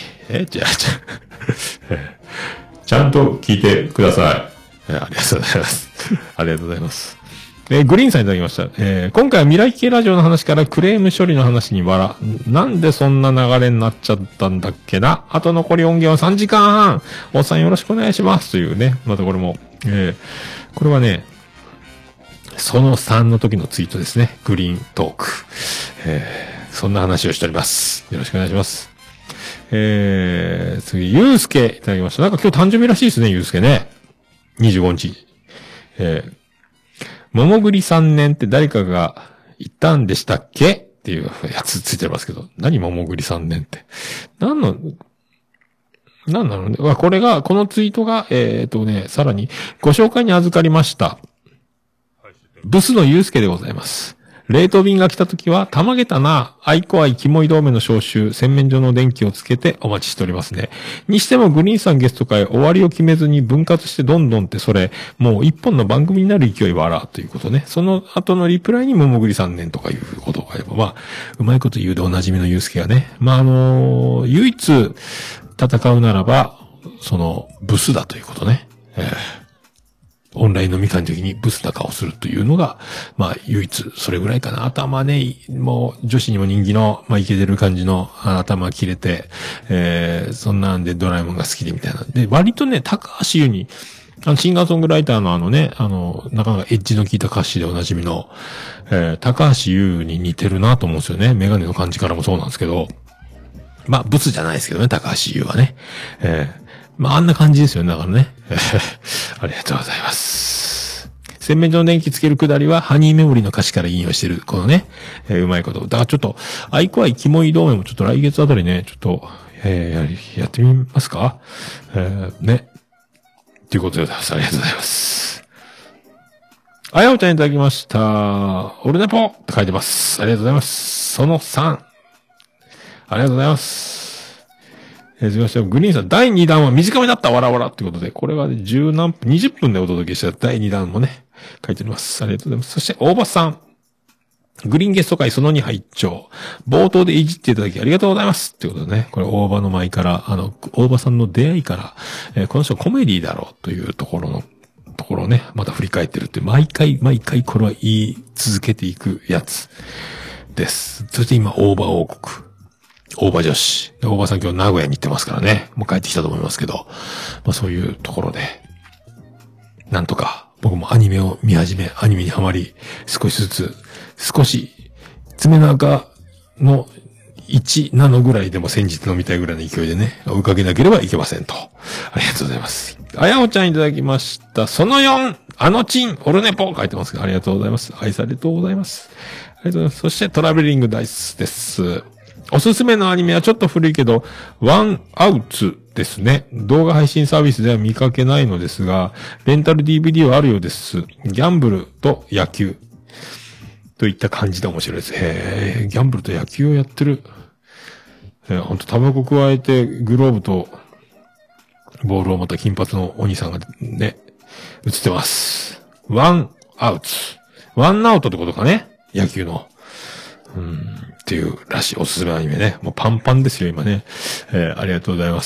ちゃんと聞いてください。ありがとうございます。ありがとうございます。グリーンさんいただきました。今回は未来系ラジオの話からクレーム処理の話になんでそんな流れになっちゃったんだっけな。あと残り音源は3時間半。おっさんよろしくお願いします。というね。またこれも、これはね、その3の時のツイートですね。グリーントーク。そんな話をしております。よろしくお願いします。次、ゆうすけいただきました。なんか今日誕生日らしいですね、ゆうすけね。25日。桃栗3年って誰かが言ったんでしたっけっていうやつついてますけど。何桃栗3年って。なんなのね。このツイートが、さらにご紹介に預かりました。ブスのゆうすけでございます。冷凍便が来た時は、たまげたな、愛子愛キモい同盟の招集、洗面所の電気をつけてお待ちしておりますね。にしてもグリーンさんゲスト会終わりを決めずに分割してどんどんってそれ、もう一本の番組になる勢いはあら、ということね。その後のリプライに桃栗3年とかいうことがあれば、うまいこと言うでおなじみのゆうすけがね。唯一戦うならば、ブスだということね。オンライン飲み会の時にブスな顔するというのが、唯一、それぐらいかな。あとはね、もう、女子にも人気の、イケてる感じの、頭切れて、そんなんでドラえもんが好きでみたいな。で、割とね、高橋優に、シンガーソングライターのなかなかエッジの効いた歌詞でおなじみの、高橋優に似てるなと思うんですよね。メガネの感じからもそうなんですけど、ブスじゃないですけどね、高橋優はね。あんな感じですよね、だからね。ありがとうございます。洗面所の電気つけるくだりは、ハニーメモリーの歌詞から引用してる、このね、うまいこと。だからちょっと、愛子愛キモい同盟もちょっと来月あたりね、ちょっと、やってみますか？ね。ということでございます。ありがとうございます。あやおちゃんいただきました。オルネポって書いてます。ありがとうございます。その3。ありがとうございます。グリーンさん、第2弾は短めだった、わらわらってことで、これはね、20分でお届けした第2弾もね、書いております。ありがとうございます。そして、大場さん。グリーンゲスト会その2拝聴。冒頭でいじっていただきありがとうございます。ってことでね、これ大場の舞から、大場さんの出会いから、この人コメディだろうというところをね、また振り返ってるって毎回これは言い続けていくやつです。そして今、大場王国。大場女子。大場さん今日名古屋に行ってますからね。もう帰ってきたと思いますけど。そういうところで。なんとか、僕もアニメを見始め、アニメにハマり、少し爪の赤の1ナノぐらいでも先日飲みたいぐらいの勢いでね、追いかけなければいけませんと。ありがとうございます。あやおちゃんいただきました。その4、オルネポ書いてますけど、ありがとうございます。愛されとうございます。ありがとうございます。そしてトラベリングダイスです。おすすめのアニメはちょっと古いけど、ワンアウツですね。動画配信サービスでは見かけないのですが、レンタル DVD はあるようです。ギャンブルと野球。といった感じで面白いです。ギャンブルと野球をやってる。ほんとタバコ加えて、グローブと、ボールをまた金髪のお兄さんがね、映ってます。ワンアウツ。ワンアウトってことかね。野球の。っていうらしいおすすめアニメね。もうパンパンですよ、今ね。ありがとうございます。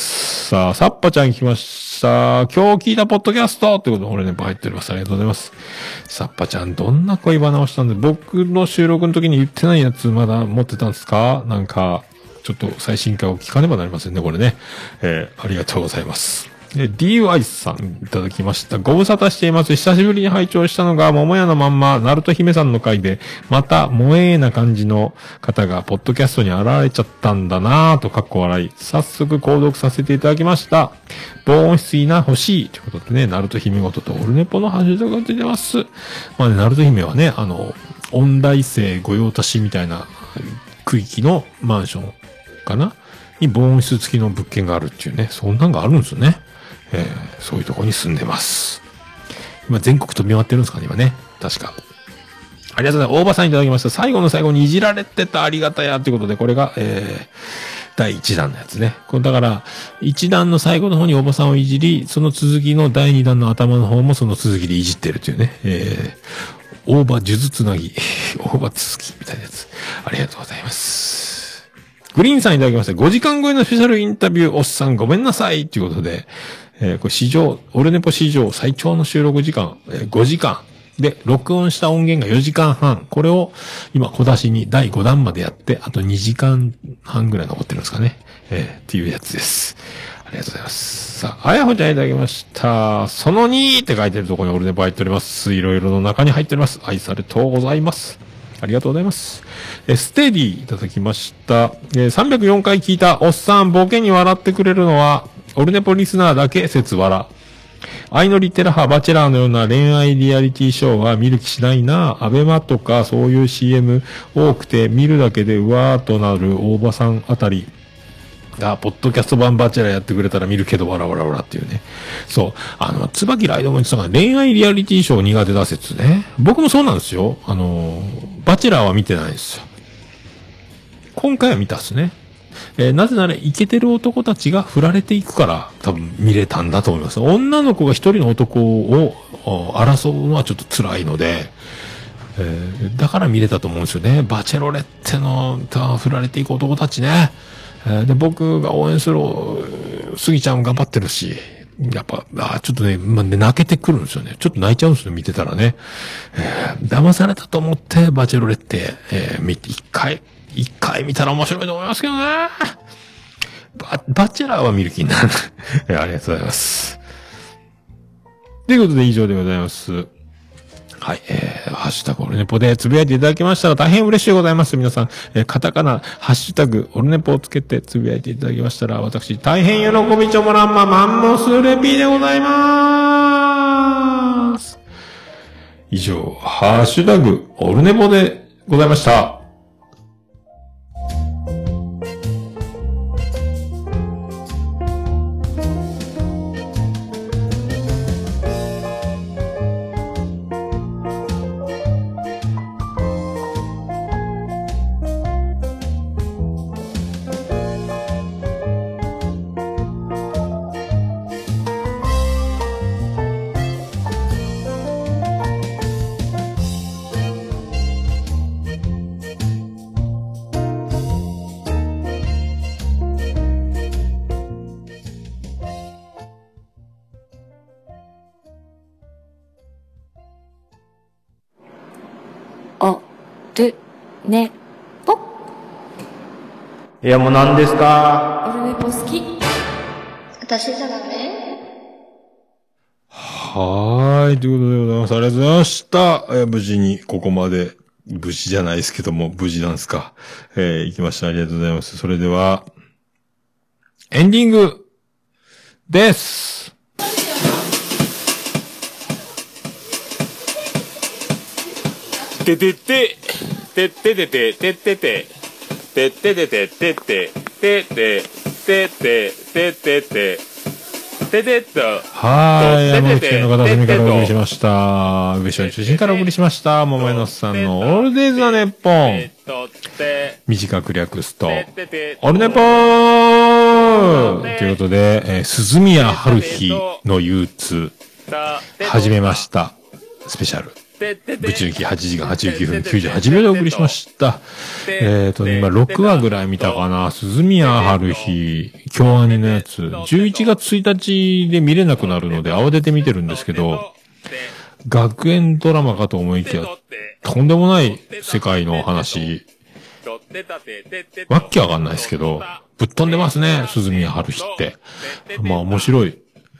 さあ、サッパちゃん来ました。今日聞いたポッドキャストってことで、俺ね、入っております。ありがとうございます。サッパちゃん、どんな恋バナをしたんで、僕の収録の時に言ってないやつまだ持ってたんですか？なんか、ちょっと最新回を聞かねばなりませんね、これね。ありがとうございます。 DY さんいただきました。ご無沙汰しています。久しぶりに拝聴したのが、桃屋のまんま、ナルト姫さんの回で、また、萌えな感じの方が、ポッドキャストに現れちゃったんだなぁと、かっこ笑い。早速、購読させていただきました。防音室いいな、欲しい。ということでね、ナルト姫ごととオルネポのハッシュタグが出てます。まあね、ナルト姫はね、音大生御用達みたいな区域のマンションかなに防音室付きの物件があるっていうね、そんなんがあるんですよね。そういうとこに住んでます。今全国飛び回ってるんですかね、今ね。確か。ありがとうございます。大場さんいただきました。最後の最後にいじられてたありがたやということで、これが、第1弾のやつね。これだから、1弾の最後の方に大場さんをいじり、その続きの第2弾の頭の方もその続きでいじってるというね。大場数珠つなぎ、大場続きみたいなやつ。ありがとうございます。グリーンさんいただきました。5時間超えのスペシャルインタビュー、おっさんごめんなさいということで、これ史上、オルネポ史上最長の収録時間、5時間。で、録音した音源が4時間半。これを今小出しに第5弾までやって、あと2時間半ぐらい残ってるんですかね。っていうやつです。ありがとうございます。さあ、あやほちゃんいただきました。その2って書いてるところにオルネポ入っております。いろいろの中に入っております。愛されとうございます。ありがとうございます。ステディいただきました。304回聞いたおっさんボケに笑ってくれるのは、オルネポリスナーだけ説笑。相乗りテラハバチェラーのような恋愛リアリティショーは見る気しないな。アベマとかそういう CM 多くて見るだけでうわーっとなる大場さんあたりが、ポッドキャスト版バチェラーやってくれたら見るけど、わらわらわらっていうね。そう。椿ライドも言ってたから、恋愛リアリティショー苦手だ説ね。僕もそうなんですよ。バチェラーは見てないんですよ。今回は見たっすね。なぜなら、イケてる男たちが振られていくから、多分見れたんだと思います。女の子が一人の男を争うのはちょっと辛いので、だから見れたと思うんですよね。バチェロレッテの振られていく男たちね。で、僕が応援する、スギちゃんも頑張ってるし、やっぱ、ちょっとね、泣けてくるんですよね。ちょっと泣いちゃうんですよ、見てたらね。騙されたと思って、バチェロレッテ、一回見たら面白いと思いますけどね。バチェラーは見る気になる。ありがとうございます。ということで以上でございます。はい、ハッシュタグオルネポでつぶやいていただきましたら大変嬉しいございます。皆さん、カタカナ、ハッシュタグオルネポをつけてつぶやいていただきましたら、私、大変喜びちょもらんまマンモスレピーでございます。以上、ハッシュタグオルネポでございました。 ねぽいや、もう何ですか？ オルネポ好き。 私じゃダメ？ はーい、ということでございます。ありがとうございました。無事にここまで、無事じゃないですけども、無事なんですか。行きました。ありがとうございます。それでは、エンディングです。ててて、てっててて、てってて、てっててて、てって、てって、てって、てってて、ててっと。はい、山口県の片隅からお送りしました。宇部市の中心からお送りしました。桃江のさんのオールデイズ・ザ・ネッポン。短く略すと、オールネポーということで、鈴宮春日の憂鬱、始めました。スペシャル。ぶち抜き8時間89分98秒でお送りしました。今6話ぐらい見たかな。鈴宮春日、京アニのやつ。11月1日で見れなくなるので慌てて見てるんですけど、学園ドラマかと思いきや、とんでもない世界の話。わっけわかんないですけど、ぶっ飛んでますね、鈴宮春日って。まあ面白い。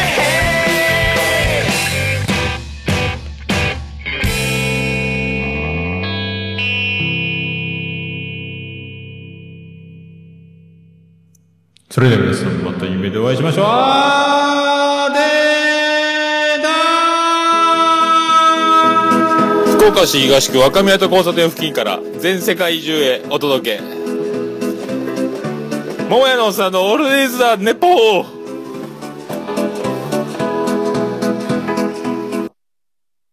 それでは皆さん、また夢でお会いしましょう。福岡市東区若宮と交差点付近から全世界中へお届け。桃屋のおっさんのオールディーズ・ザ・ネポー。